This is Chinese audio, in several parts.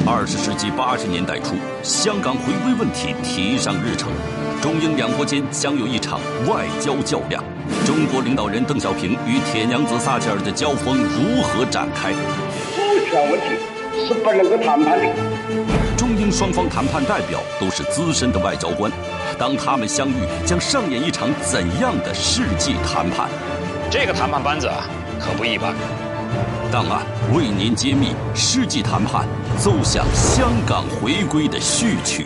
20世纪80年代初，香港回归问题提上日程，中英两国间将有一场外交较量。中国领导人邓小平与铁娘子撒切尔的交锋如何展开？ 主权问题是不能够谈判的。 中英双方谈判代表都是资深的外交官，当他们相遇，将上演一场怎样的世纪谈判？ 这个谈判班子可不一般。 档案为您揭秘世纪谈判奏响香港回归的序曲。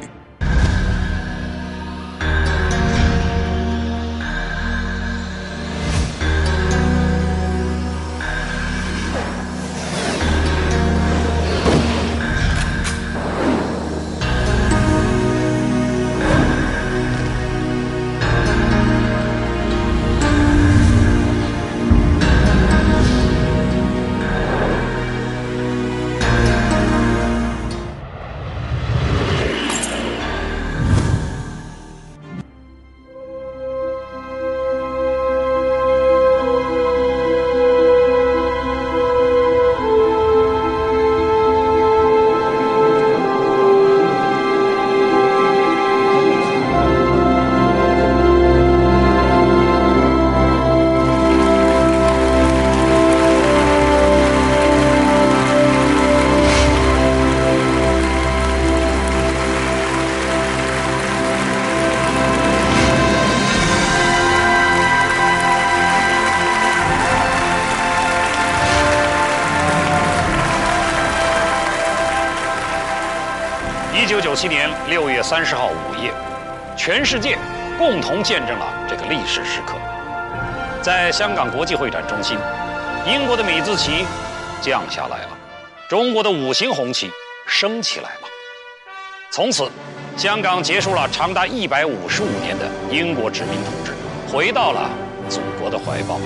1997年6月30号午夜，全世界共同见证了这个历史时刻。在香港国际会展中心，英国的米字旗降下来了，中国的5星红旗升起来了。从此，香港结束了长达155年的英国殖民统治，回到了祖国的怀抱。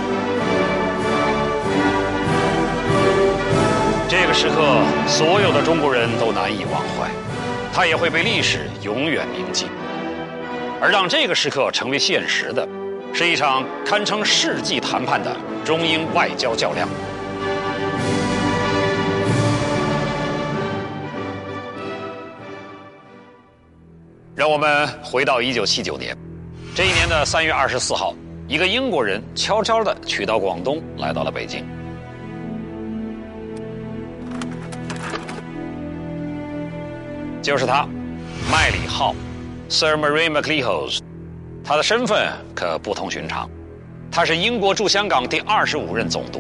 这个时刻，所有的中国人都难以忘怀，它也会被历史永远铭记。而让这个时刻成为现实的，是一场堪称世纪谈判的中英外交较量。让我们回到1979年，这一年的3月24号，一个英国人悄悄地取到广东，来到了北京。就是他，麦理浩 Sir Murray MacLehose。 他的身份可不同寻常，他是英国驻香港第25任总督。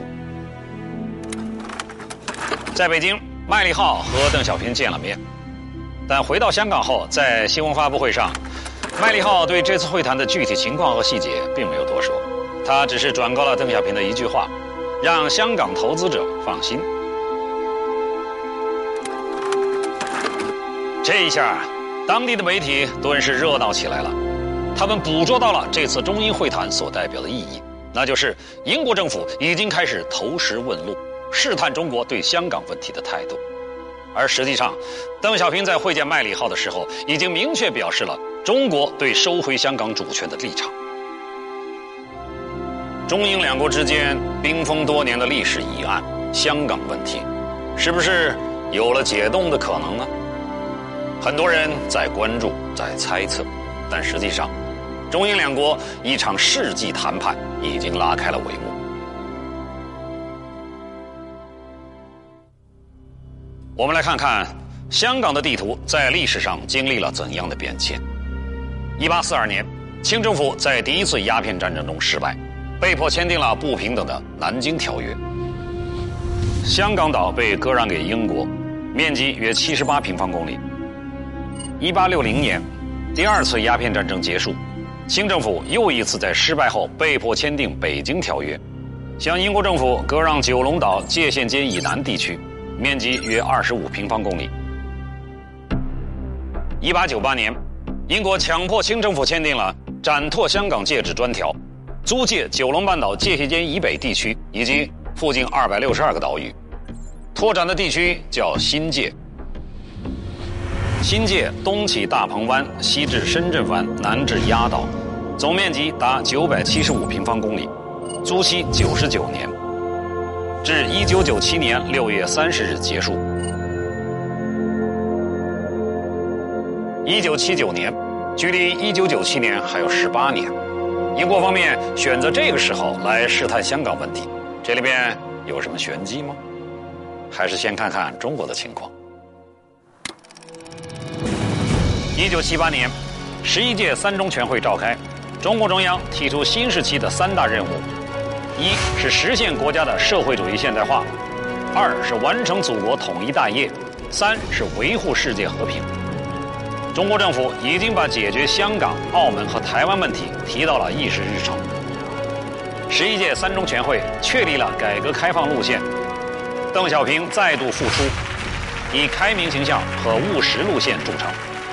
在北京，麦理浩和邓小平见了面，但回到香港后，在新闻发布会上，麦理浩对这次会谈的具体情况和细节并没有多说，他只是转告了邓小平的一句话，让香港投资者放心。这一下，当地的媒体顿时热闹起来了。他们捕捉到了这次中英会谈所代表的意义，那就是英国政府已经开始投石问路，试探中国对香港问题的态度。而实际上，邓小平在会见麦理浩的时候，已经明确表示了中国对收回香港主权的立场。中英两国之间冰封多年的历史疑案香港问题，是不是有了解冻的可能呢？很多人在关注，在猜测，但实际上，中英两国一场世纪谈判已经拉开了帷幕。我们来看看香港的地图在历史上经历了怎样的变迁。1842年，清政府在第一次鸦片战争中失败，被迫签订了不平等的《南京条约》。香港岛被割让给英国，面积约78平方公里。1860年，第二次鸦片战争结束，清政府又一次在失败后被迫签订《北京条约》，向英国政府割让九龙岛界限街以南地区，面积约25平方公里。1898年，英国强迫清政府签订了展拓香港界址专条，租借九龙半岛界限街以北地区以及附近262个岛屿，拓展的地区叫新界。新界东起大鹏湾，西至深圳湾，南至丫岛，总面积达975平方公里，租期99年，至1997年6月30日结束。 1979年，距离1997年还有18年。英国方面选择这个时候来试探香港问题，这里边有什么玄机吗？还是先看看中国的情况。1978年，11届三中全会召开，中共中央提出新时期的3大任务：一是实现国家的社会主义现代化；2是完成祖国统一大业；3是维护世界和平。中国政府已经把解决香港、澳门和台湾问题提到了议事日程。11届三中全会确立了改革开放路线，邓小平再度复出，以开明形象和务实路线著称。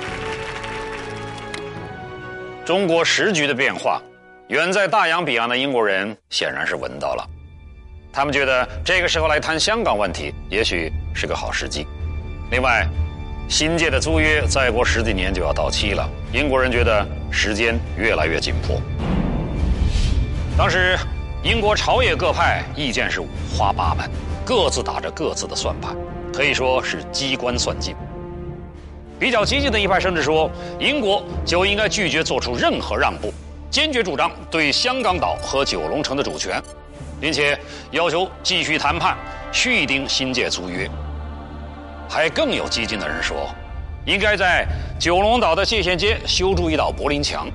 中国时局的变化，远在大洋彼岸的英国人显然是闻到了。他们觉得这个时候来谈香港问题，也许是个好时机。另外，新界的租约再过10几年就要到期了，英国人觉得时间越来越紧迫。当时，英国朝野各派意见是五花八门，各自打着各自的算盘，可以说是机关算尽。比较激进的一派甚至说，英国就应该拒绝做出任何让步，坚决主张对香港岛和九龙城的主权，并且要求继续谈判，续订新界租约。还更有激进的人说，应该在九龙岛的界限街修筑一道柏林墙，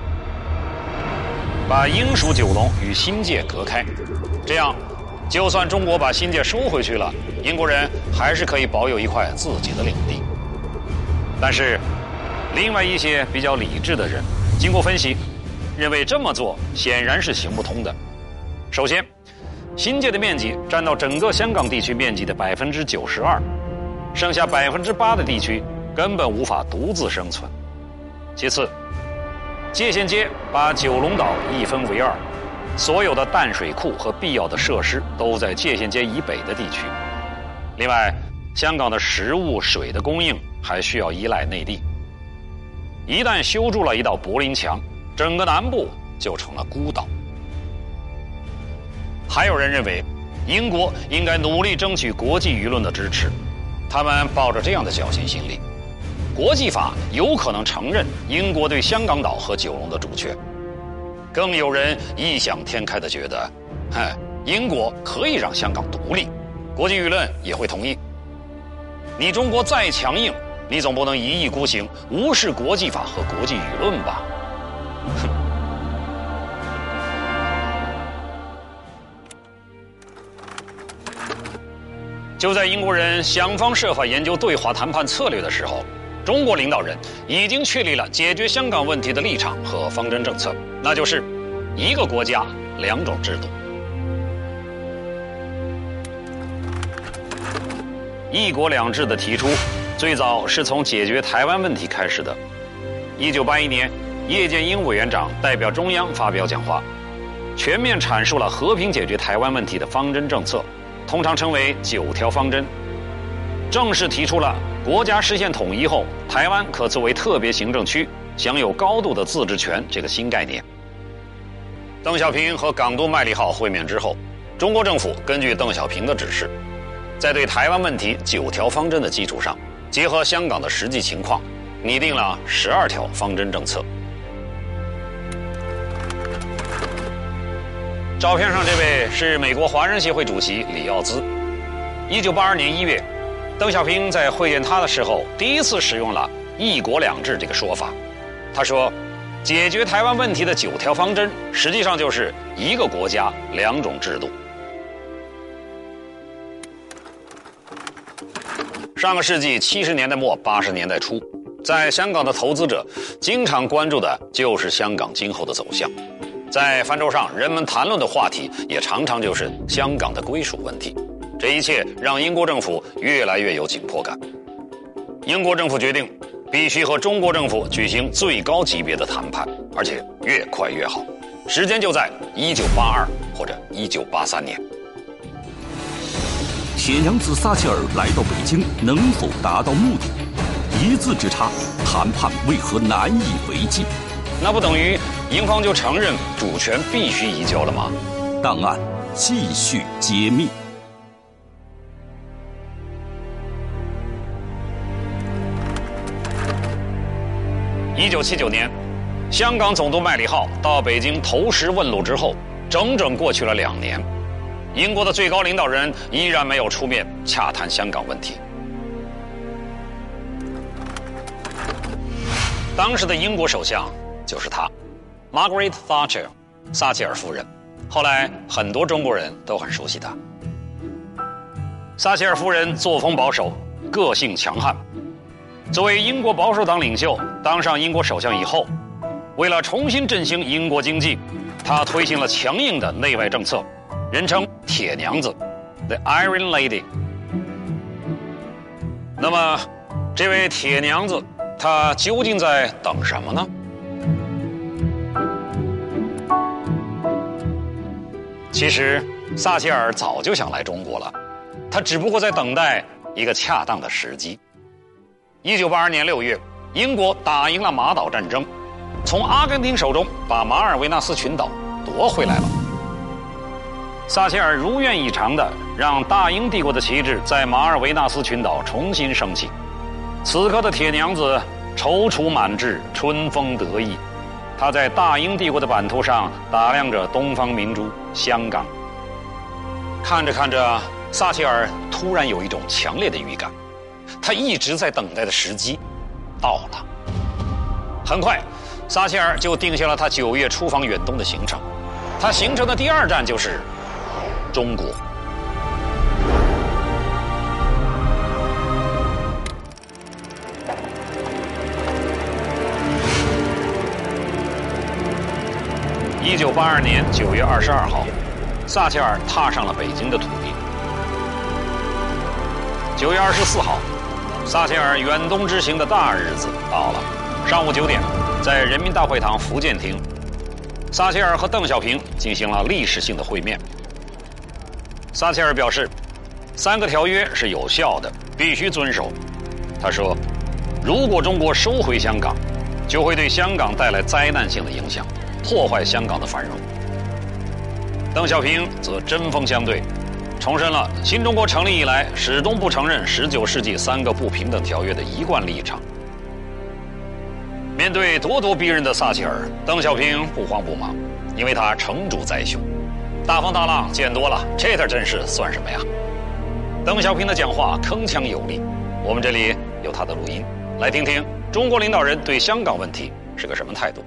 把英属九龙与新界隔开，这样就算中国把新界收回去了，英国人还是可以保有一块自己的领地。但是另外一些比较理智的人经过分析，认为这么做显然是行不通的。首先，新界的面积占到整个香港地区面积的92%，剩下8%的地区根本无法独自生存。其次，界限街把九龙岛一分为2，所有的淡水库和必要的设施都在界限街以北的地区。另外，香港的食物、水的供应还需要依赖内地。一旦修筑了一道柏林墙，整个南部就成了孤岛。还有人认为，英国应该努力争取国际舆论的支持。他们抱着这样的侥幸心理，国际法有可能承认英国对香港岛和九龙的主权。更有人异想天开地觉得，英国可以让香港独立，国际舆论也会同意。你中国再强硬，你总不能一意孤行，无视国际法和国际舆论吧？就在英国人想方设法研究对华谈判策略的时候，中国领导人已经确立了解决香港问题的立场和方针政策，那就是一个国家2种制度。一国两制的提出，最早是从解决台湾问题开始的。1981年，叶剑英委员长代表中央发表讲话，全面阐述了和平解决台湾问题的方针政策，通常称为9条方针，正式提出了国家实现统一后，台湾可作为特别行政区，享有高度的自治权这个新概念。邓小平和港督麦理浩会面之后，中国政府根据邓小平的指示，在对台湾问题9条方针的基础上，结合香港的实际情况，拟定了12条方针政策。照片上这位是美国华人协会主席李耀滋。1982年1月，邓小平在会见他的时候，第一次使用了“一国两制”这个说法。他说，解决台湾问题的9条方针，实际上就是一个国家2种制度。上个世纪70年代末80年代初，在香港的投资者经常关注的就是香港今后的走向。在饭桌上，人们谈论的话题也常常就是香港的归属问题。这一切让英国政府越来越有紧迫感。英国政府决定必须和中国政府举行最高级别的谈判，而且越快越好。时间就在1982或者1983年。 铁娘子撒切尔来到北京，能否达到目的？一字之差，谈判为何难以为继？ 那不等于英方就承认主权必须移交了吗？ 档案继续揭秘。 1979年，香港总督麦理浩到北京投石问路之后，整整过去了2年，英国的最高领导人依然没有出面洽谈香港问题。当时的英国首相就是他 ，Margaret Thatcher， 撒切尔夫人。后来很多中国人都很熟悉她。撒切尔夫人作风保守，个性强悍。作为英国保守党领袖，当上英国首相以后，为了重新振兴英国经济，她推行了强硬的内外政策，人称“铁娘子 ”（The Iron Lady）。那么，这位铁娘子，她究竟在等什么呢？其实，撒切尔早就想来中国了，他只不过在等待一个恰当的时机。1982年6月，英国打赢了马岛战争，从阿根廷手中把马尔维纳斯群岛夺回来了。撒切尔如愿以偿地让大英帝国的旗帜在马尔维纳斯群岛重新升起。此刻的铁娘子踌躇满志，春风得意。她在大英帝国的版图上打量着东方明珠香港。看着看着，撒切尔突然有一种强烈的预感，他一直在等待的时机到了。很快，撒切尔就定下了他9月出访远东的行程。他行程的第2站就是中国。1982年9月22号，撒切尔踏上了北京的土地。9月24号，撒切尔远东之行的大日子到了。上午9点，在人民大会堂福建厅，撒切尔和邓小平进行了历史性的会面。撒切尔表示，3个条约是有效的，必须遵守。他说，如果中国收回香港，就会对香港带来灾难性的影响，破坏香港的繁荣。邓小平则针锋相对，重申了新中国成立以来始终不承认19世纪3个不平等条约的一贯立场。面对咄咄逼人的撒切尔，邓小平不慌不忙，因为他成主宰雄，大风大浪见多了，这点阵势算什么呀？邓小平的讲话铿锵有力，我们这里有他的录音，来听听中国领导人对香港问题是个什么态度。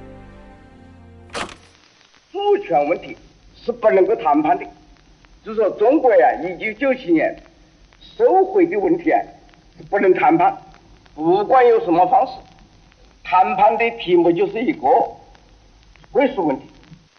主权问题是不能够谈判的，就是说中国1997年收回的问题是不能谈判，不管用什么方式，谈判的题目就是一个归属问题。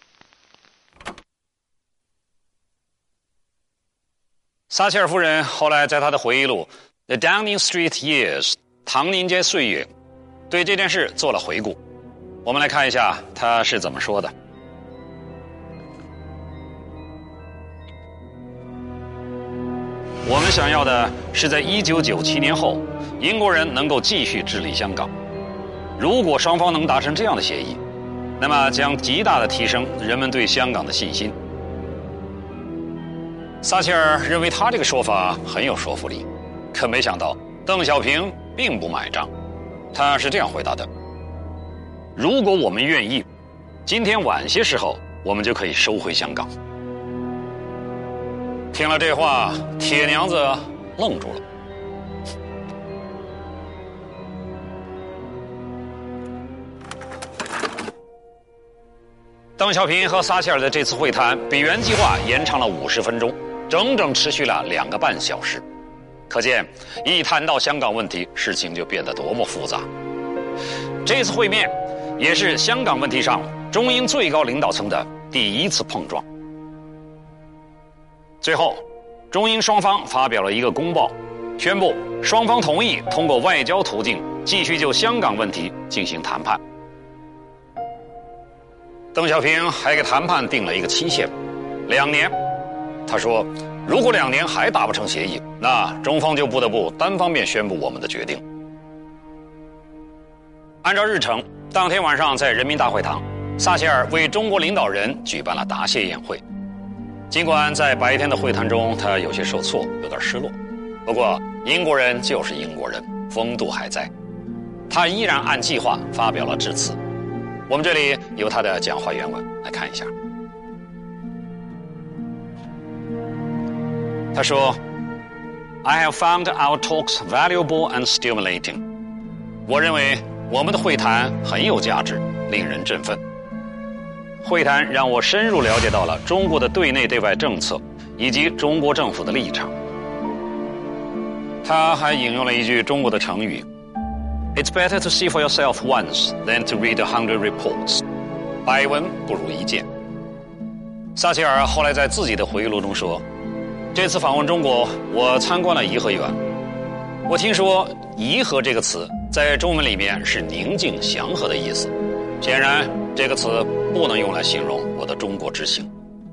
撒切尔夫人后来在她的回忆录《The Downing Street Years》唐宁街岁月对这件事做了回顾。我们来看一下她是怎么说的。我们想要的是在1997年后，英国人能够继续治理香港。如果双方能达成这样的协议，那么将极大的提升人们对香港的信心。撒切尔认为他这个说法很有说服力，可没想到邓小平并不买账。他是这样回答的：如果我们愿意，今天晚些时候我们就可以收回香港。听了这话，铁娘子愣住了。邓小平和撒切尔的这次会谈比原计划延长了50分钟，整整持续了2个半小时。可见，一谈到香港问题，事情就变得多么复杂。这次会面也是香港问题上中英最高领导层的第一次碰撞。最后，中英双方发表了一个公报，宣布双方同意通过外交途径继续就香港问题进行谈判。邓小平还给谈判定了一个期限，2年。他说，如果2年还达不成协议，那中方就不得不单方面宣布我们的决定。按照日程，当天晚上在人民大会堂，撒切尔为中国领导人举办了答谢宴会。尽管在白天的会谈中他有些受挫，有点失落，不过英国人就是英国人，风度还在。 他依然按计划发表了致辞。我们这里有他的讲话原文，来看一下。他说 ：“I have found our talks valuable and stimulating。”我认为我们的会谈很有价值，令人振奋。会谈让我深入了解到了中国的对内对外政策以及中国政府的立场。他还引用了一句中国的成语 ：“It's better to see for yourself once than to read 100 reports。”百闻不如一见。撒切尔后来在自己的回忆录中说：“这次访问中国，我参观了颐和园。我听说‘颐和’这个词在中文里面是宁静祥和的意思。显然，这个词不能用来形容我的中国之行。”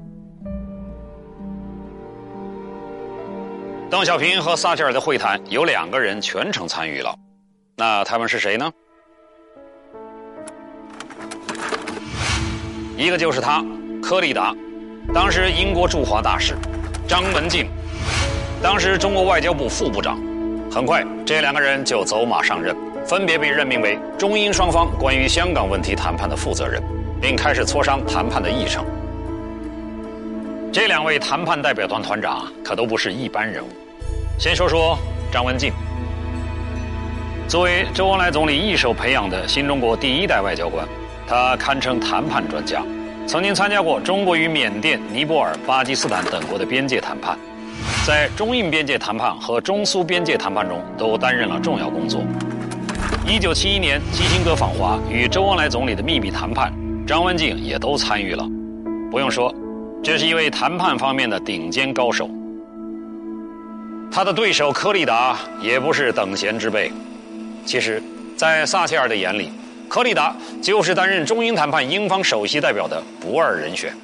邓小平和撒切尔的会谈有2个人全程参与了，那他们是谁呢？一个就是他，柯立达，当时英国驻华大使；张文静，当时中国外交部副部长。很快，这2个人就走马上任，分别被任命为中英双方关于香港问题谈判的负责人，并开始磋商谈判的议程。这2位谈判代表团团长可都不是一般人物。先说说张文静。作为周恩来总理一手培养的新中国第1代外交官，他堪称谈判专家，曾经参加过中国与缅甸、尼泊尔、巴基斯坦等国的边界谈判，在中印边界谈判和中苏边界谈判中都担任了重要工作。1971年基辛格访华与周恩来总理的秘密谈判，张文静也都参与了。不用说，这是一位谈判方面的顶尖高手。他的对手柯立达也不是等闲之辈。其实，在撒切尔的眼里，柯立达就是担任中英谈判英方首席代表的不二人选。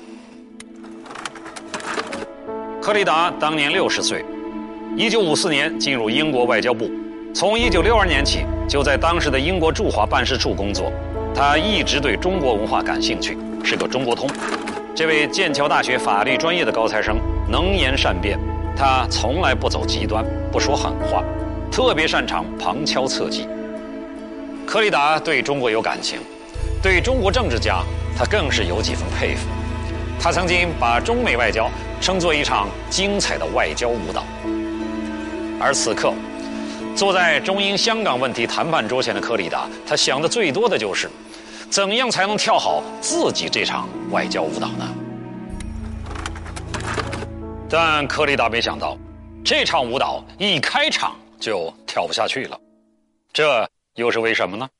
柯立达当年60岁，1954年进入英国外交部，从1962年起就在当时的英国驻华办事处工作。他一直对中国文化感兴趣，是个中国通。这位剑桥大学法律专业的高材生能言善辩，他从来不走极端，不说狠话，特别擅长旁敲侧击。柯立达对中国有感情，对中国政治家他更是有几分佩服。他曾经把中美外交称作一场精彩的外交舞蹈。而此刻，坐在中英香港问题谈判桌前的柯立达，他想的最多的就是怎样才能跳好自己这场外交舞蹈呢？但柯立达没想到，这场舞蹈一开场就跳不下去了，这又是为什么呢？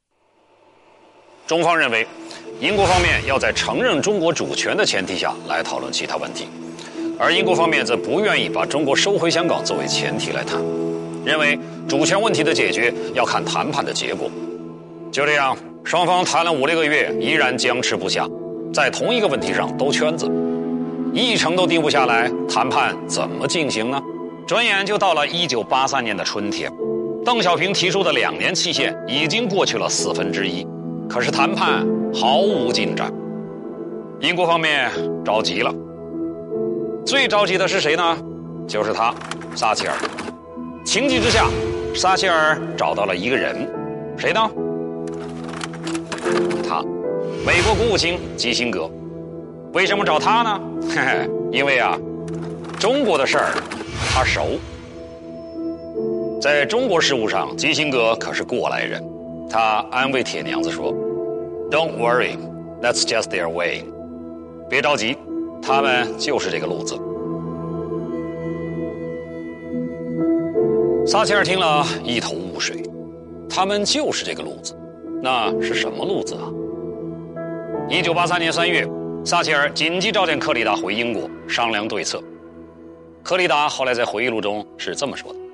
中方认为，英国方面要在承认中国主权的前提下来讨论其他问题，而英国方面则不愿意把中国收回香港作为前提来谈，认为主权问题的解决要看谈判的结果。就这样，双方谈了5-6个月，依然僵持不下，在同一个问题上兜圈子，议程都定不下来，谈判怎么进行呢？转眼就到了1983年的春天，邓小平提出的2年期限已经过去了1/4，可是谈判毫无进展。英国方面着急了，最着急的是谁呢？就是他，撒切尔。情急之下，撒切尔找到了一个人，谁呢？他，美国国务卿基辛格。为什么找他呢？因为中国的事儿他熟。在中国事务上，基辛格可是过来人。他安慰铁娘子说 ：“Don't worry, that's just their way。”别着急，他们就是这个路子。撒切尔听了一头雾水，他们就是这个路子，那是什么路子啊？1983年3月，撒切尔紧急召见柯立达回英国商量对策。柯立达后来在回忆录中是这么说的：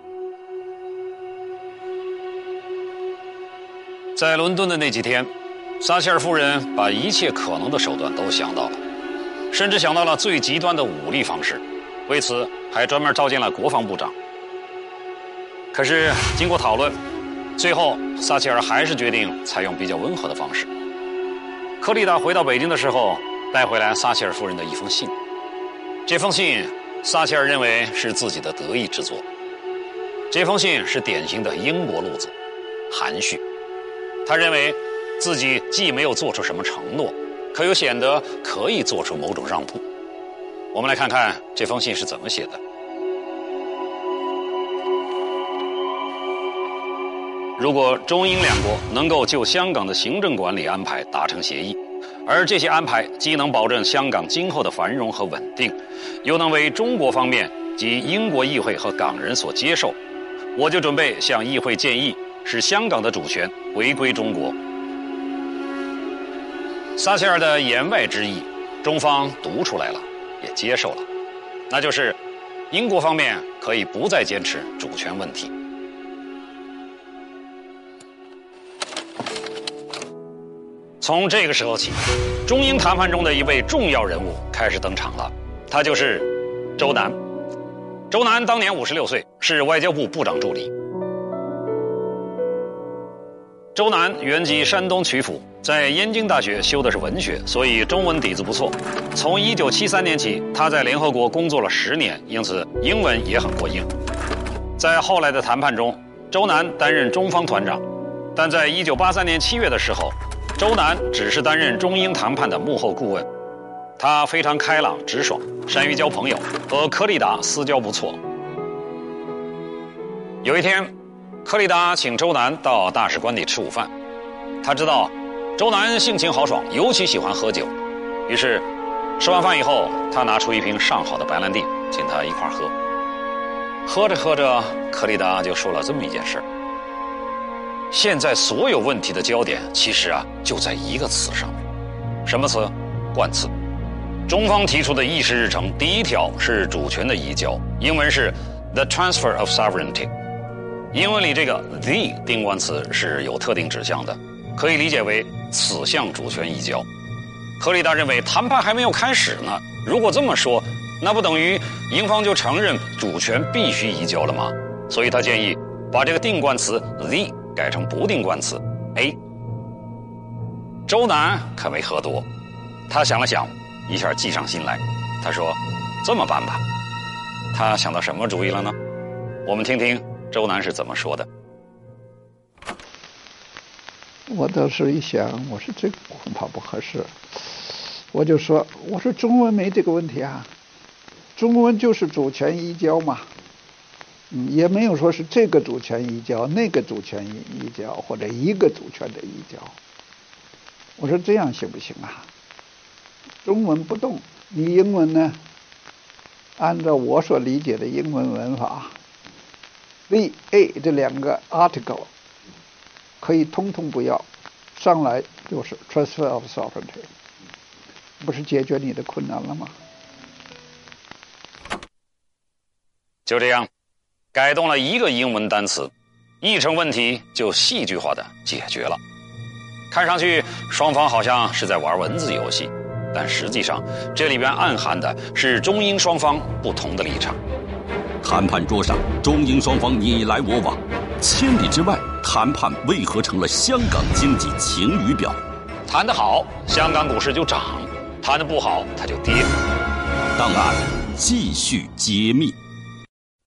在伦敦的那几天，撒切尔夫人把一切可能的手段都想到了，甚至想到了最极端的武力方式，为此还专门召见了国防部长。可是经过讨论，最后撒切尔还是决定采用比较温和的方式。柯立达回到北京的时候，带回来撒切尔夫人的一封信。这封信撒切尔认为是自己的得意之作。这封信是典型的英国路子，含蓄他认为自己既没有做出什么承诺，可又显得可以做出某种让步。我们来看看这封信是怎么写的。如果中英两国能够就香港的行政管理安排达成协议，而这些安排既能保证香港今后的繁荣和稳定，又能为中国方面及英国议会和港人所接受，我就准备向议会建议，使香港的主权回归中国。撒切尔的言外之意，中方读出来了，也接受了，那就是英国方面可以不再坚持主权问题。从这个时候起，中英谈判中的一位重要人物开始登场了，他就是周南。周南当年56岁，是外交部部长助理。周南原籍山东曲阜，在燕京大学修的是文学，所以中文底子不错。从1973年起，他在联合国工作了10年，因此英文也很过硬。在后来的谈判中，周南担任中方团长，但在1983年7月的时候，周南只是担任中英谈判的幕后顾问。他非常开朗直爽，善于交朋友，和柯立达私交不错。有一天，柯立达请周南到大使馆里吃午饭。他知道周南性情豪爽，尤其喜欢喝酒，于是吃完饭以后，他拿出一瓶上好的白兰地，请他一块喝。喝着喝着，柯立达就说了这么一件事：现在所有问题的焦点其实就在一个词上面。什么词？冠词。中方提出的议事日程第一条是主权的移交，英文是 the transfer of sovereignty。英文里这个 the 定冠词是有特定指向的，可以理解为此项主权移交。柯立达认为谈判还没有开始呢，如果这么说，那不等于英方就承认主权必须移交了吗？所以他建议把这个定冠词 the 改成不定冠词 A。 周南可没喝多，他想了想，一下计上心来。他说这么办吧。他想到什么主意了呢？我们听听周南是怎么说的。 我当时一想，我说这恐怕不合适，我就说，我说中文没这个问题啊，中文就是主权移交嘛，也没有说是这个主权移交那个主权移交或者一个主权的移交。我说这样行不行啊？中文不动，你英文呢，按照我所理解的英文文法， the a 这两个 article 可以通通不要，上来就是 transfer of sovereignty， 不是解决你的困难了吗？ 就这样改动了一个英文单词，议程问题就戏剧化的解决了。看上去双方好像是在玩文字游戏，但实际上这里边暗含的是中英双方不同的立场。 谈判桌上，中英双方你来我往，千里之外，谈判为何成了香港经济晴雨表？ 谈得好，香港股市就涨；谈得不好，它就跌。 档案继续揭秘。